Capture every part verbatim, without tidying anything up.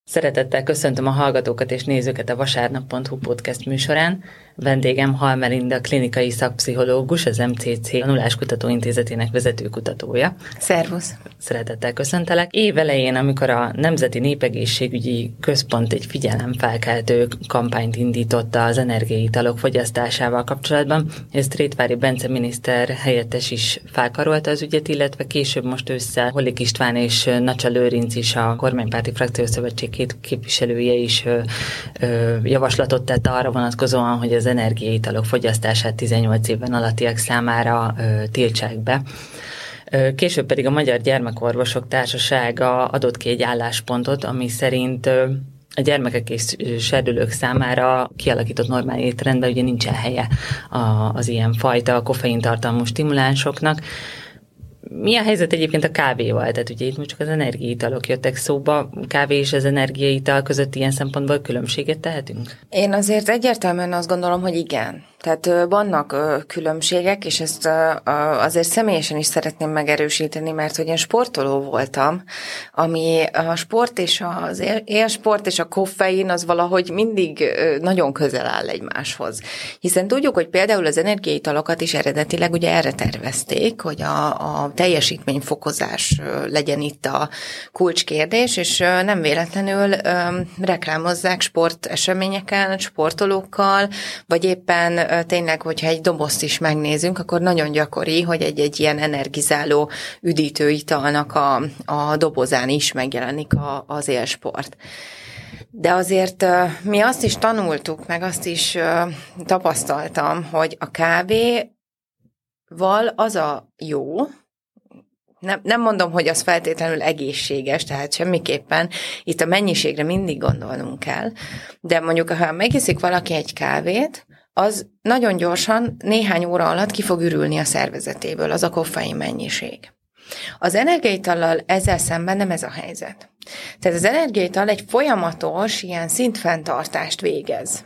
Szeretettel köszöntöm a hallgatókat és nézőket a vasárnap pont hu podcast műsorán. Vendégem Hall Melinda, klinikai szakpszichológus, az em cé cé a Nullás Kutatóintézetének vezetőkutatója. Szervusz! Szeretettel köszöntelek. Év elején, amikor a Nemzeti Népegészségügyi Központ egy figyelemfelkeltő kampányt indította az energiaitalok fogyasztásával kapcsolatban, ezt Rétvári Bence miniszter helyettes is felkarolta az ügyet, illetve később most ősszel Hollik István és Nacsa Lőrinc is, a kormánypárti frakciószövetség két képviselője is ö, ö, javaslatot tett arra vonatkozóan, hogy az energiaitalok fogyasztását tizennyolc éven alattiak számára ö, tiltsák be. Ö, később pedig a Magyar Gyermekorvosok Társasága adott ki egy álláspontot, ami szerint ö, a gyermekek és serdülők számára kialakított normál étrendben ugye nincsen helye a, az ilyen fajta koffeintartalmú stimulánsoknak. Mi a helyzet egyébként a kávéval? Tehát ugye itt most csak az energiaitalok jöttek szóba. Kávé és az energiaital között ilyen szempontból különbséget tehetünk? Én azért egyértelműen azt gondolom, hogy igen. Tehát vannak különbségek, és ezt azért személyesen is szeretném megerősíteni, mert hogy én sportoló voltam, ami a sport és az élsport és a koffein az valahogy mindig nagyon közel áll egymáshoz. Hiszen tudjuk, hogy például az energiaitalokat is eredetileg ugye erre tervezték, hogy a, a teljesítményfokozás legyen itt a kulcskérdés, és nem véletlenül reklámozzák sporteseményeken, sportolókkal, vagy éppen tényleg, hogyha egy dobozt is megnézünk, akkor nagyon gyakori, hogy egy-egy ilyen energizáló üdítő italnak a, a dobozán is megjelenik a, az élsport. De azért mi azt is tanultuk, meg azt is tapasztaltam, hogy a kávéval az a jó, Nem, nem mondom, hogy az feltétlenül egészséges, tehát semmiképpen itt a mennyiségre mindig gondolnunk kell, de mondjuk, ha megiszik valaki egy kávét, az nagyon gyorsan, néhány óra alatt ki fog ürülni a szervezetéből, az a koffein mennyiség. Az energiaitallal ezzel szemben nem ez a helyzet. Tehát az energiaital egy folyamatos ilyen szintfenntartást végez.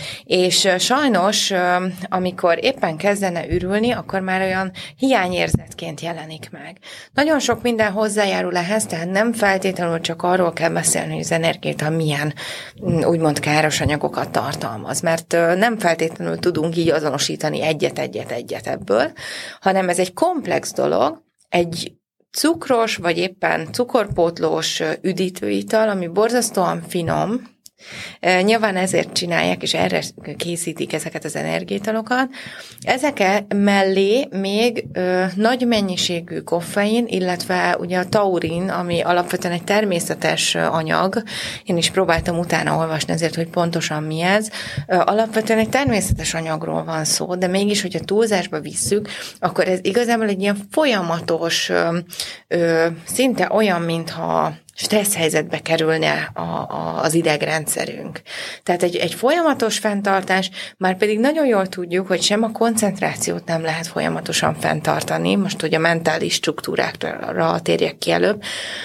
És sajnos, amikor éppen kezdene ürülni, akkor már olyan hiányérzetként jelenik meg. Nagyon sok minden hozzájárul ehhez, tehát nem feltétlenül csak arról kell beszélni, hogy az energiaital milyen úgymond káros anyagokat tartalmaz, mert nem feltétlenül tudunk így azonosítani egyet-egyet-egyet ebből, hanem ez egy komplex dolog, egy cukros vagy éppen cukorpótlós üdítőital, ami borzasztóan finom. Nyilván ezért csinálják, és erre készítik ezeket az energiaitalokat. Ezek mellé még ö, nagy mennyiségű koffein, illetve ugye a taurin, ami alapvetően egy természetes anyag, én is próbáltam utána olvasni azért, hogy pontosan mi ez. Ö, alapvetően egy természetes anyagról van szó, de mégis, hogyha túlzásba visszük, akkor ez igazából egy ilyen folyamatos, ö, ö, szinte olyan, mintha stressz helyzetbe kerülne a, a, az idegrendszerünk. Tehát egy, egy folyamatos fenntartás, már pedig nagyon jól tudjuk, hogy sem a koncentrációt nem lehet folyamatosan fenntartani, most hogy a mentális struktúrákra térjek ki előbb,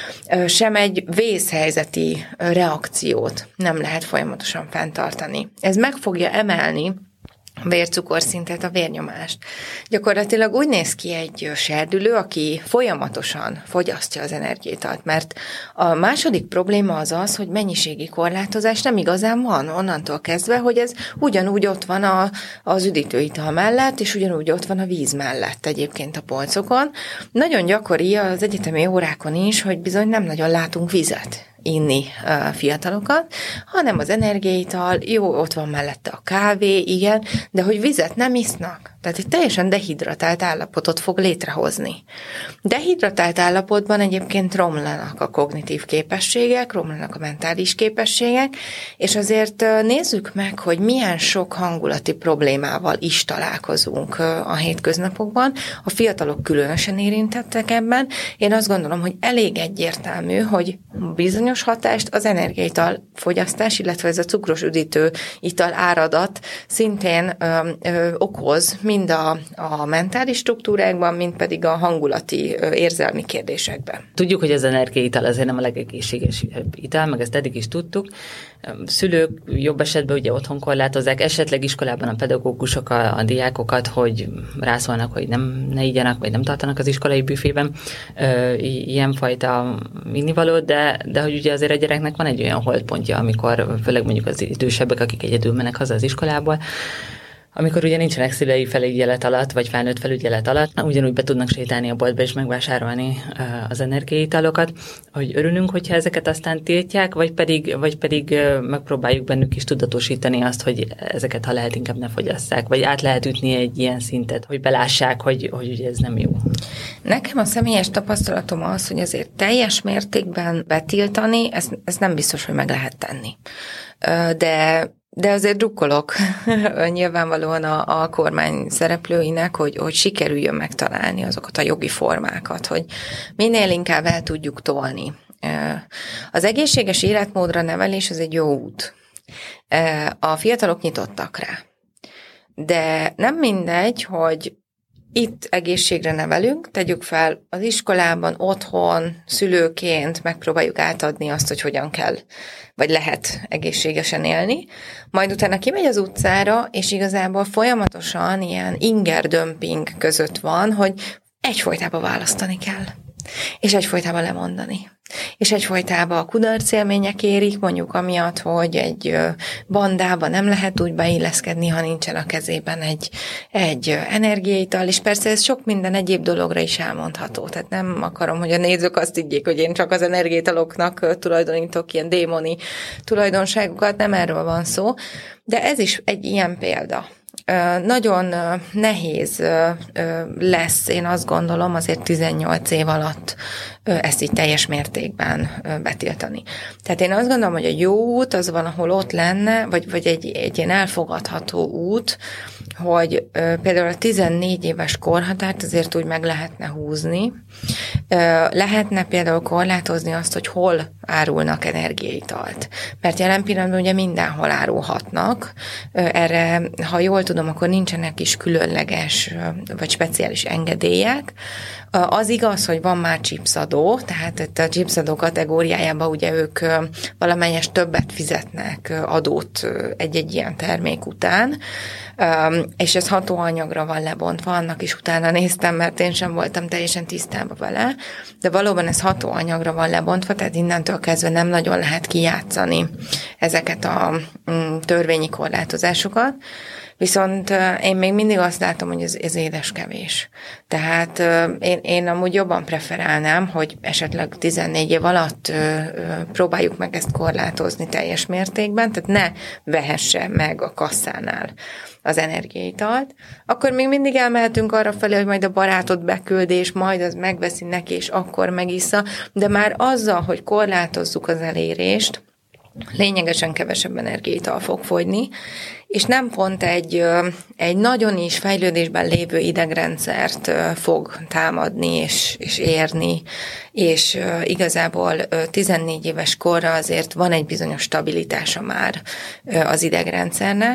sem egy vészhelyzeti reakciót nem lehet folyamatosan fenntartani. Ez meg fogja emelni a vércukorszintet, a vérnyomást. Gyakorlatilag úgy néz ki egy serdülő, aki folyamatosan fogyasztja az energiaitalt, mert a második probléma az az, hogy mennyiségi korlátozás nem igazán van onnantól kezdve, hogy ez ugyanúgy ott van a, az üdítőital mellett, és ugyanúgy ott van a víz mellett egyébként a polcokon. Nagyon gyakori az egyetemi órákon is, hogy bizony nem nagyon látunk vizet inni uh, fiatalokat, hanem az energiaital, jó, ott van mellette a kávé, igen, de hogy vizet nem isznak. Tehát egy teljesen dehidratált állapotot fog létrehozni. Dehidratált állapotban egyébként romlanak a kognitív képességek, romlanak a mentális képességek, és azért nézzük meg, hogy milyen sok hangulati problémával is találkozunk a hétköznapokban. A fiatalok különösen érintettek ebben. Én azt gondolom, hogy elég egyértelmű, hogy bizonyos hatást az energiaital fogyasztás, illetve ez a cukros üdítő ital áradat szintén ö, ö, okoz mind a, a mentális struktúrákban, mind pedig a hangulati, érzelmi kérdésekben. Tudjuk, hogy az energiaital azért nem a legegészségesebb ital, meg ezt eddig is tudtuk. Szülők jobb esetben ugye otthon korlátozzák, esetleg iskolában a pedagógusok a, a diákokat, hogy rászólnak, hogy nem ne igyanak, vagy nem tartanak az iskolai büfében ö, ilyenfajta innivalót, de, de hogy ugye azért a gyereknek van egy olyan holdpontja, amikor főleg mondjuk az idősebbek, akik egyedül mennek haza az iskolából, amikor ugye nincsenek szülei felügyelet alatt, vagy felnőtt felügyelet alatt, ugyanúgy be tudnak sétálni a boltba és megvásárolni az energiaitalokat, hogy örülünk, hogyha ezeket aztán tiltják, vagy pedig, vagy pedig megpróbáljuk bennük is tudatosítani azt, hogy ezeket, ha lehet, inkább ne fogyasszák, vagy át lehet ütni egy ilyen szintet, hogy belássák, hogy, hogy ugye ez nem jó. Nekem a személyes tapasztalatom az, hogy azért teljes mértékben betiltani, ezt, ezt nem biztos, hogy meg lehet tenni. De De azért drukkolok nyilvánvalóan a, a kormány szereplőinek, hogy, hogy sikerüljön megtalálni azokat a jogi formákat, hogy minél inkább el tudjuk tolni. Az egészséges életmódra nevelés az egy jó út. A fiatalok nyitottak rá. De nem mindegy, hogy itt egészségre nevelünk, tegyük fel az iskolában, otthon, szülőként megpróbáljuk átadni azt, hogy hogyan kell, vagy lehet egészségesen élni. Majd utána kimegy az utcára, és igazából folyamatosan ilyen ingerdömping között van, hogy egyfolytában választani kell, és egyfolytában lemondani. És egyfolytában a kudarcélmények érik, mondjuk amiatt, hogy egy bandába nem lehet úgy beilleszkedni, ha nincsen a kezében egy, egy energiaital, és persze ez sok minden egyéb dologra is elmondható. Tehát nem akarom, hogy a nézők azt higgyék, hogy én csak az energiaitaloknak tulajdonítok ilyen démoni tulajdonságokat, nem erről van szó, de ez is egy ilyen példa. Nagyon nehéz lesz, én azt gondolom, azért tizennyolc év alatt ezt így teljes mértékben betiltani. Tehát én azt gondolom, hogy a jó út az valahol ott lenne, vagy, vagy egy, egy ilyen elfogadható út, hogy például a tizennégy éves korhatárt azért úgy meg lehetne húzni. Lehetne például korlátozni azt, hogy hol árulnak energiaitalt. Mert jelen pillanatban ugye mindenhol árulhatnak. Erre, ha jól tudom, akkor nincsenek is különleges vagy speciális engedélyek. Az igaz, hogy van már chipsadó, tehát a chipsadó kategóriájában ugye ők valamelyes többet fizetnek adót egy-egy ilyen termék után, és ez hatóanyagra van lebontva, annak is utána néztem, mert én sem voltam teljesen tisztában vele, de valóban ez hatóanyagra van lebontva, tehát innentől kezdve nem nagyon lehet kijátszani ezeket a törvényi korlátozásokat. Viszont én még mindig azt látom, hogy ez, ez édes kevés. Tehát én, én amúgy jobban preferálnám, hogy esetleg tizennégy év alatt próbáljuk meg ezt korlátozni teljes mértékben, tehát ne vehesse meg a kasszánál az energiaitalt. Akkor még mindig elmehetünk arra felé, hogy majd a barátod beküldi, és majd az megveszi neki, és akkor megissza, de már azzal, hogy korlátozzuk az elérést, lényegesen kevesebb energiaital fog fogyni, és nem pont egy, egy nagyon is fejlődésben lévő idegrendszert fog támadni és, és érni, és igazából tizennégy éves korra azért van egy bizonyos stabilitása már az idegrendszernek,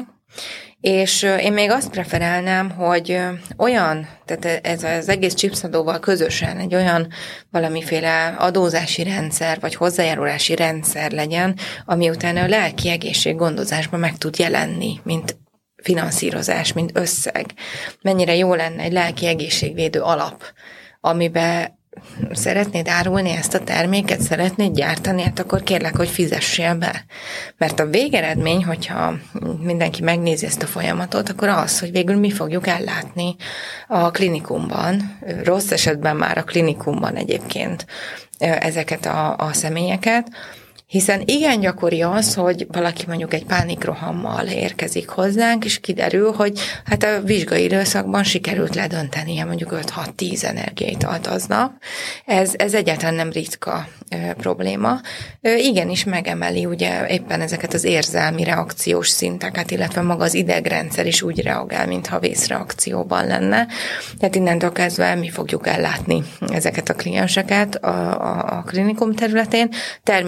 és én még azt preferálnám, hogy olyan, tehát ez az egész chipsadóval közösen egy olyan valamiféle adózási rendszer, vagy hozzájárulási rendszer legyen, ami utána a lelki egészség gondozásban meg tud jelenni, mint finanszírozás, mint összeg. Mennyire jó lenne egy lelki egészségvédő alap, amiben szeretnéd árulni ezt a terméket, szeretnéd gyártani, hát akkor kérlek, hogy fizessél be. Mert a végeredmény, hogyha mindenki megnézi ezt a folyamatot, akkor az, hogy végül mi fogjuk ellátni a klinikumban, rossz esetben már a klinikumban egyébként ezeket a, a személyeket, hiszen igen gyakori az, hogy valaki mondjuk egy pánikrohammal érkezik hozzánk, és kiderül, hogy hát a vizsgai időszakban sikerült ledöntenie mondjuk öt-hat-tíz energiaitalt aznap. Ez, ez egyáltalán nem ritka e, probléma. E, igenis megemeli ugye éppen ezeket az érzelmi reakciós szinteket, illetve maga az idegrendszer is úgy reagál, mintha vészreakcióban lenne. Tehát innentől kezdve mi fogjuk ellátni ezeket a klienseket a, a, a klinikum területén. Természetesen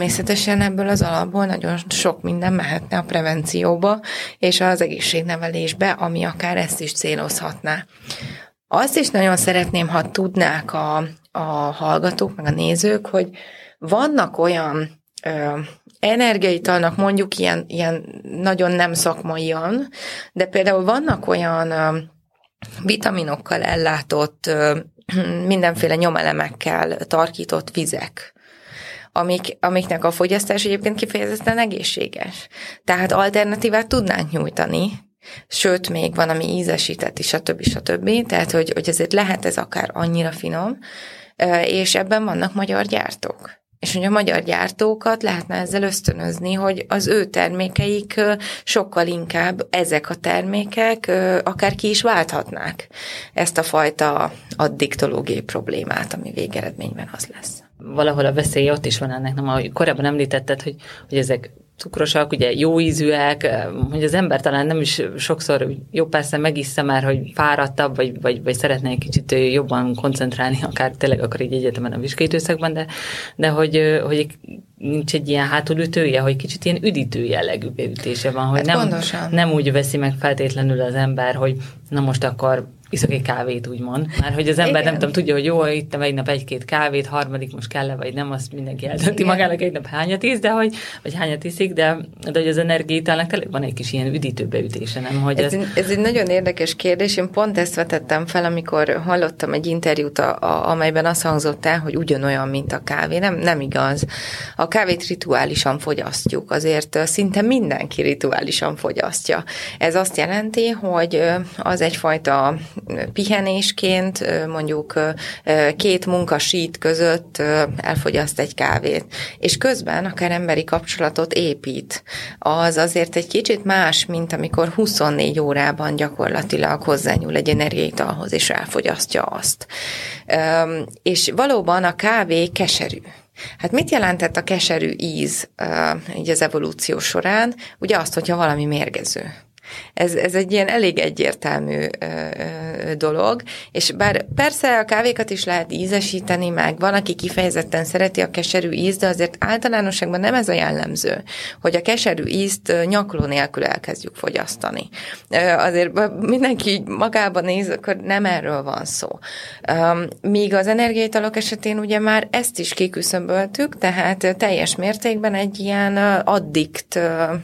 természetesen ebből az alapból nagyon sok minden mehetne a prevencióba, és az egészségnevelésbe, ami akár ezt is célozhatná. Azt is nagyon szeretném, ha tudnák a, a hallgatók, meg a nézők, hogy vannak olyan ö, energiaitalnak mondjuk ilyen, ilyen nagyon nem szakmaian, de például vannak olyan ö, vitaminokkal ellátott, ö, mindenféle nyomelemekkel tarkított vizek, amik, amiknek a fogyasztás egyébként kifejezetten egészséges. Tehát alternatívát tudnánk nyújtani, sőt, még van, ami ízesített is, stb. stb. Tehát, hogy, hogy azért lehet ez akár annyira finom, és ebben vannak magyar gyártók. És hogy a magyar gyártókat lehetne ezzel ösztönözni, hogy az ő termékeik sokkal inkább ezek a termékek akár ki is válthatnák ezt a fajta addiktológiai problémát, ami végeredményben az lesz. Valahol a veszély ott is van ennek, nem, ahogy korábban említetted, hogy, hogy ezek cukrosak, ugye jó ízűek, hogy az ember talán nem is sokszor, jó persze megissza már, hogy fáradtabb, vagy, vagy, vagy szeretne egy kicsit jobban koncentrálni, akár tényleg akar így egyetemen a vizsgai időszakban, de, de hogy, hogy nincs egy ilyen hátulütője, hogy kicsit ilyen üdítő jellegű beütése van, hogy hát nem, nem úgy veszi meg feltétlenül az ember, hogy na most akkor iszok egy kávét, úgymond. Már hogy az ember igen. nem tudom, tudja, hogy jó, ittam egy nap egy-két kávét, harmadik most kell-e, vagy nem, azt mindenki eldönti magának egy nap hányat íz, de hogy, vagy hányat iszik, de, de hogy az energiaitalnak tényleg van egy kis ilyen üdítő beütése, nem? Hogy ez, az... ez egy nagyon érdekes kérdés, én pont ezt vetettem fel, amikor hallottam egy interjút, a, a, amelyben azt hangzott el, hogy ugyanolyan, mint a kávé. Nem, nem igaz. A kávét rituálisan fogyasztjuk, azért szinte mindenki rituálisan fogyasztja. Ez azt jelenti, hogy az egyfajta pihenésként mondjuk két munkasít között elfogyaszt egy kávét, és közben akár emberi kapcsolatot épít. Az azért egy kicsit más, mint amikor huszonnégy órában gyakorlatilag hozzányúl egy energiaitalhoz, és elfogyasztja azt. És valóban a kávé keserű. Hát mit jelentett a keserű íz így az evolúció során? Ugye azt, hogyha valami mérgező. Ez, ez egy ilyen elég egyértelmű ö, ö, dolog, és bár persze a kávékat is lehet ízesíteni, meg van, aki kifejezetten szereti a keserű ízt, de azért általánosságban nem ez a jellemző, hogy a keserű ízt nyakló nélkül elkezdjük fogyasztani. Ö, azért mindenki magában néz, akkor nem erről van szó. Ö, míg az energiaitalok esetén ugye már ezt is kiküszöböltük, tehát teljes mértékben egy ilyen addikt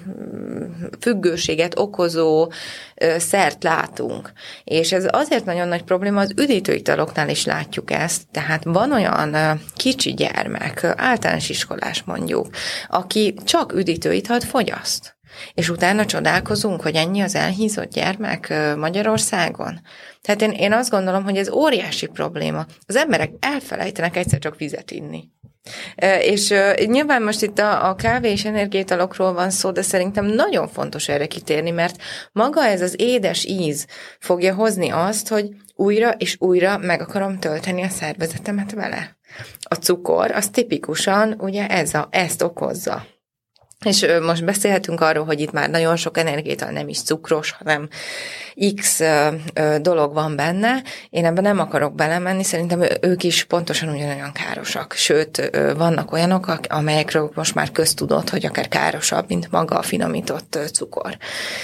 függőséget okozó szert látunk. És ez azért nagyon nagy probléma, az üdítőitaloknál is látjuk ezt, tehát van olyan kicsi gyermek, általános iskolás mondjuk, aki csak üdítőitalt fogyaszt. És utána csodálkozunk, hogy ennyi az elhízott gyermek Magyarországon. Tehát én, én azt gondolom, hogy ez óriási probléma. Az emberek elfelejtenek egyszer csak vizet inni. És uh, nyilván most itt a, a kávé és energiaitalokról van szó, de szerintem nagyon fontos erre kitérni, mert maga ez az édes íz fogja hozni azt, hogy újra és újra meg akarom tölteni a szervezetemet vele. A cukor, az tipikusan ugye ez a, ezt okozza. És most beszélhetünk arról, hogy itt már nagyon sok energiaital nem is cukros, hanem X dolog van benne. Én ebben nem akarok belemenni, szerintem ők is pontosan ugyanolyan károsak. Sőt, vannak olyanok, amelyekről most már köztudott, hogy akár károsabb, mint maga a finomított cukor.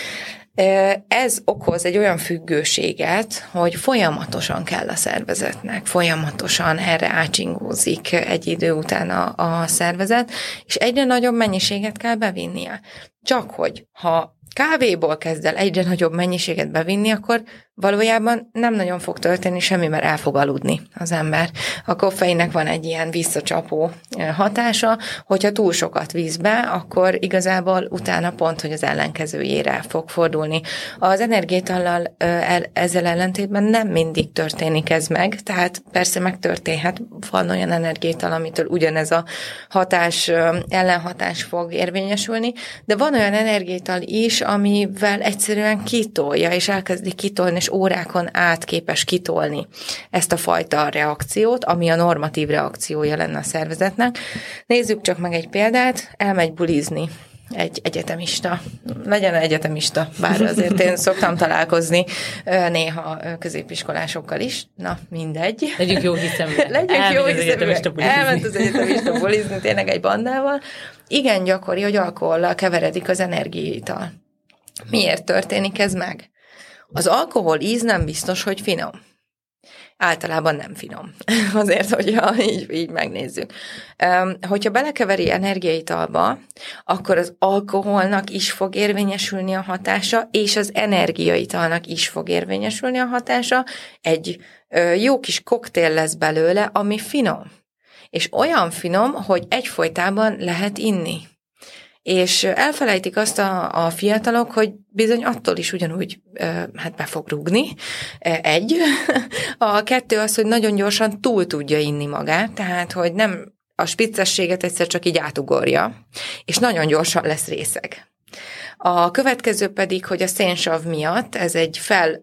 Ez okoz egy olyan függőséget, hogy folyamatosan kell a szervezetnek, folyamatosan erre ácsingózik egy idő után a, a szervezet, és egyre nagyobb mennyiséget kell bevinnie. Csak hogy, ha kávéból kezd el egyre nagyobb mennyiséget bevinni, akkor valójában nem nagyon fog történni semmi, mert el fog aludni az ember. A koffeinnek van egy ilyen visszacsapó hatása, hogyha túl sokat víz be, akkor igazából utána pont, hogy az ellenkezőjére fog fordulni. Az energiaitallal ezzel ellentétben nem mindig történik ez meg, tehát persze megtörténhet, van olyan energiaital, amitől ugyanez a hatás, ellenhatás fog érvényesülni, de van olyan energiaital is, amivel egyszerűen kitolja, és elkezdi kitolni, és órákon át képes kitolni ezt a fajta reakciót, ami a normatív reakciója lenne a szervezetnek. Nézzük csak meg egy példát, elmegy bulizni egy egyetemista. Legyen egyetemista, bár azért én szoktam találkozni néha középiskolásokkal is. Na, mindegy. Legyünk jó hiszemű. Legyünk jó hiszemű. Elment az egyetemista bulizni, tényleg egy bandával. Igen gyakori, hogy alkohollal keveredik az energiaital. Miért történik ez meg? Az alkohol íz nem biztos, hogy finom. Általában nem finom. Azért, hogyha így, így megnézzük. Um, hogyha belekeveri energiaitalba, akkor az alkoholnak is fog érvényesülni a hatása, és az energiaitalnak is fog érvényesülni a hatása. Egy uh, jó kis koktél lesz belőle, ami finom. És olyan finom, hogy egyfolytában lehet inni. És elfelejtik azt a, a fiatalok, hogy bizony attól is ugyanúgy hát be fog rúgni. Egy. A kettő az, hogy nagyon gyorsan túl tudja inni magát, tehát hogy nem a spiccességet egyszer csak így átugorja, és nagyon gyorsan lesz részeg. A következő pedig, hogy a szénsav miatt, ez egy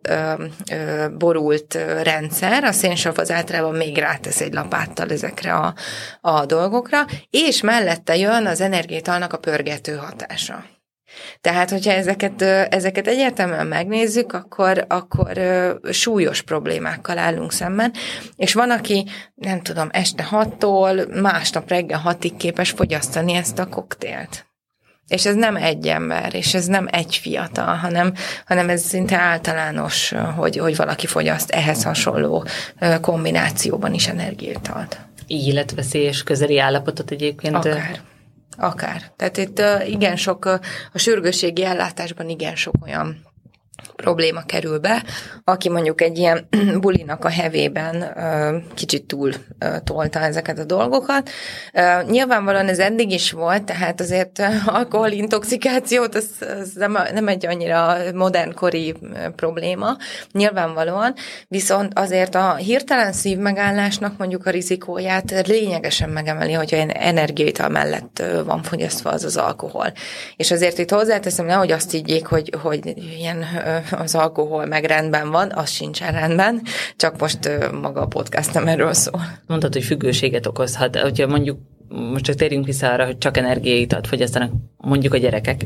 felborult rendszer, a szénsav az általában még rátesz egy lapáttal ezekre a, a dolgokra, és mellette jön az energiaitalnak a pörgető hatása. Tehát, hogyha ezeket, ezeket egyértelműen megnézzük, akkor, akkor súlyos problémákkal állunk szemben, és van, aki, nem tudom, este hattól másnap reggel hatig képes fogyasztani ezt a koktélt. És ez nem egy ember, és ez nem egy fiatal, hanem, hanem ez szinte általános, hogy, hogy valaki fogyaszt ehhez hasonló kombinációban is energiaitalt. Életveszélyes közeli állapotot egyébként? Akár. Akár. Tehát itt igen sok, a sürgősségi ellátásban igen sok olyan probléma kerül be, aki mondjuk egy ilyen bulinak a hevében kicsit túl tolta ezeket a dolgokat. Nyilvánvalóan ez eddig is volt, tehát azért alkoholintoxikációt, az, az nem, nem egy annyira modernkori probléma, nyilvánvalóan, viszont azért a hirtelen szívmegállásnak mondjuk a rizikóját lényegesen megemeli, hogyha energiaital mellett van fogyasztva az az alkohol. És azért itt hozzáteszem, nehogy azt higgyék, hogy, hogy ilyen az alkohol meg rendben van, az sincsen rendben, csak most maga a podcast nem erről szól. Mondtad, hogy függőséget okozhat. Hogyha mondjuk, most csak térjünk vissza arra, hogy csak energiaitalt fogyasztanak mondjuk a gyerekek,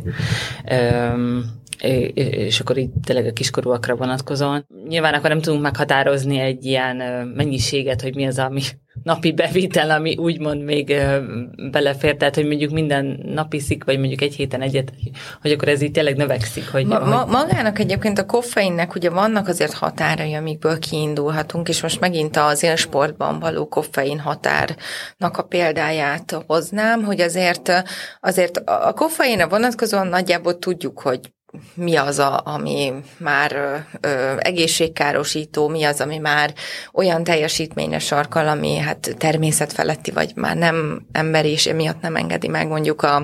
és akkor így tényleg a kiskorúakra vonatkozóan. Nyilván akkor nem tudunk meghatározni egy ilyen mennyiséget, hogy mi az, ami napi bevitel, ami úgymond még belefér, tehát hogy mondjuk minden nap iszik, vagy mondjuk egy héten egyet, hogy akkor ez így tényleg növekszik. Hogy, ma, hogy... Magának egyébként a koffeinnek ugye vannak azért határai, amikből kiindulhatunk, és most megint az élsportban való koffein határnak a példáját hoznám, hogy azért, azért a koffeinre vonatkozóan nagyjából tudjuk, hogy mi az, a, ami már ö, egészségkárosító, mi az, ami már olyan teljesítményre sarkal, ami hát természetfeletti, vagy már nem emberi, és emiatt nem engedi meg mondjuk a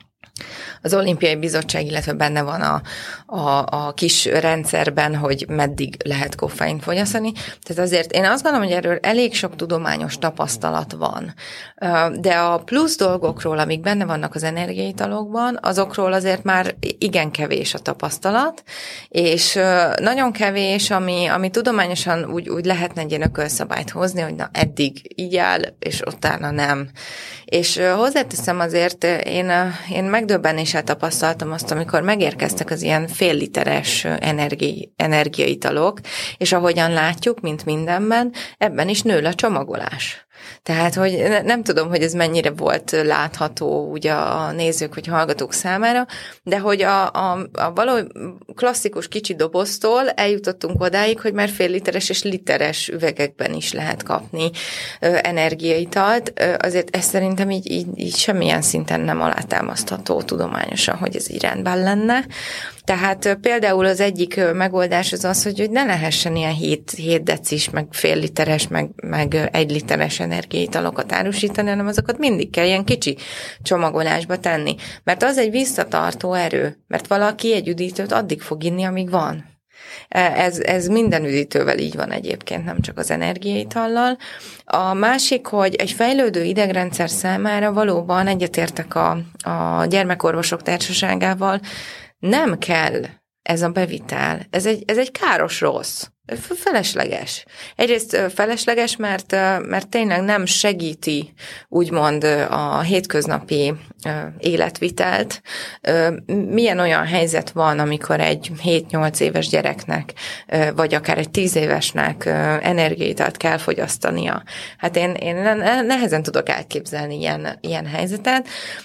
az olimpiai bizottság, illetve benne van a, a, a kis rendszerben, hogy meddig lehet koffeint fogyasztani. Tehát azért én azt gondolom, hogy erről elég sok tudományos tapasztalat van. De a plusz dolgokról, amik benne vannak az energiaitalokban, azokról azért már igen kevés a tapasztalat, és nagyon kevés, ami, ami tudományosan úgy, úgy lehetne egy ilyen ökölszabályt hozni, hogy na eddig így áll, és utána nem. És hozzáteszem azért, én, én megdöbbenéssel tapasztaltam azt, amikor megérkeztek az ilyen fél literes energi, energiaitalok, és ahogyan látjuk, mint mindenben, ebben is nő a csomagolás. Tehát, hogy nem tudom, hogy ez mennyire volt látható ugye a nézők vagy hallgatók számára, de hogy a, a, a való klasszikus kicsi doboztól eljutottunk odáig, hogy már fél literes és literes üvegekben is lehet kapni ö, energiaitalt. Ö, azért ez szerintem így, így, így semmilyen szinten nem alátámasztható tudományosan, hogy ez így rendben lenne. Tehát például az egyik megoldás az az, hogy, hogy ne lehessen ilyen hét decis, meg fél literes, meg, meg egy literes energiaitalokat árusítani, hanem azokat mindig kell ilyen kicsi csomagolásba tenni. Mert az egy visszatartó erő, mert valaki egy üdítőt addig fog inni, amíg van. Ez, ez minden üdítővel így van egyébként, nem csak az energiaitallal. A másik, hogy egy fejlődő idegrendszer számára valóban egyetértek a, a gyermekorvosok társaságával, nem kell ez a bevitel. Ez egy, ez egy káros rossz. felesleges. Egyrészt felesleges, mert, mert tényleg nem segíti úgymond a hétköznapi életvitelt. Milyen olyan helyzet van, amikor egy hét-nyolc éves gyereknek, vagy akár egy tíz évesnek energiaitalt kell fogyasztania. Hát én, én nehezen tudok elképzelni ilyen, ilyen helyzetet,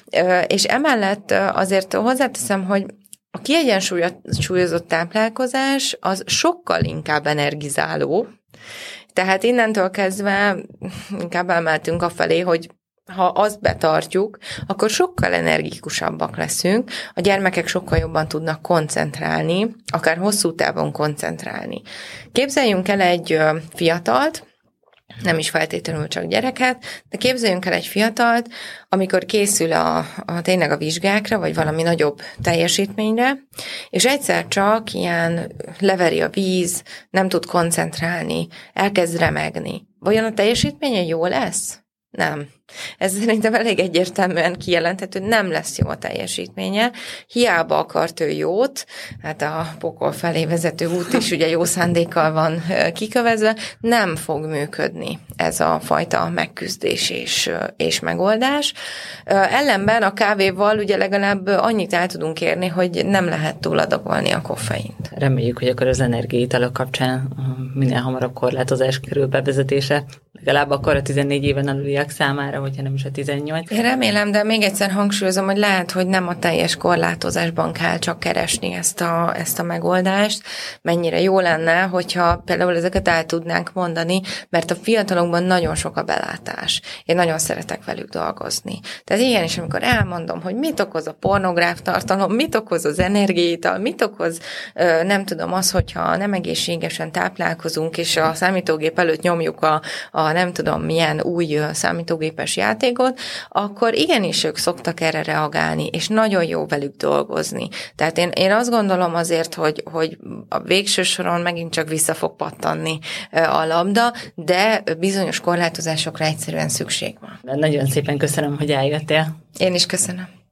és emellett azért hozzáteszem, hogy a kiegyensúlyozott táplálkozás az sokkal inkább energizáló, tehát innentől kezdve inkább emeltünk afelé, hogy ha azt betartjuk, akkor sokkal energikusabbak leszünk, a gyermekek sokkal jobban tudnak koncentrálni, akár hosszú távon koncentrálni. Képzeljünk el egy fiatalt, nem is feltétlenül csak gyereket, de képzeljünk el egy fiatalt, amikor készül a, a tényleg a vizsgákra, vagy valami nagyobb teljesítményre, és egyszer csak ilyen leveri a víz, nem tud koncentrálni, elkezd remegni. Vajon a teljesítménye jó lesz? Nem. Ez szerintem elég egyértelműen kijelenthető, nem lesz jó a teljesítménye. Hiába akart ő jót, hát a pokol felé vezető út is ugye jó szándékkal van kikövezve, nem fog működni ez a fajta megküzdés és, és megoldás. Ellenben a kávéval ugye legalább annyit el tudunk érni, hogy nem lehet túladagolni a koffeint. Reméljük, hogy akkor az energiaitalok kapcsán minél hamarabb korlátozás kerül bevezetése, legalább akkor a tizennégy éven aluliak számára, hogyha nem is a tizennyolc. Én remélem, de még egyszer hangsúlyozom, hogy lehet, hogy nem a teljes korlátozásban kell csak keresni ezt a, ezt a megoldást. Mennyire jó lenne, hogyha például ezeket el tudnánk mondani, mert a fiatalokban nagyon sok a belátás. Én nagyon szeretek velük dolgozni. Tehát igenis, amikor elmondom, hogy mit okoz a pornográf tartalom, mit okoz az energiaital, mit okoz, nem tudom, az, hogyha nem egészségesen táplálkozunk, és a számítógép előtt nyomjuk a, a nem tudom milyen új számítógépes játékot, akkor igenis ők szoktak erre reagálni, és nagyon jó velük dolgozni. Tehát én, én azt gondolom azért, hogy, hogy a végső soron megint csak vissza fog pattanni a labda, de bizonyos korlátozásokra egyszerűen szükség van. Nagyon szépen köszönöm, hogy eljöttél. Én is köszönöm.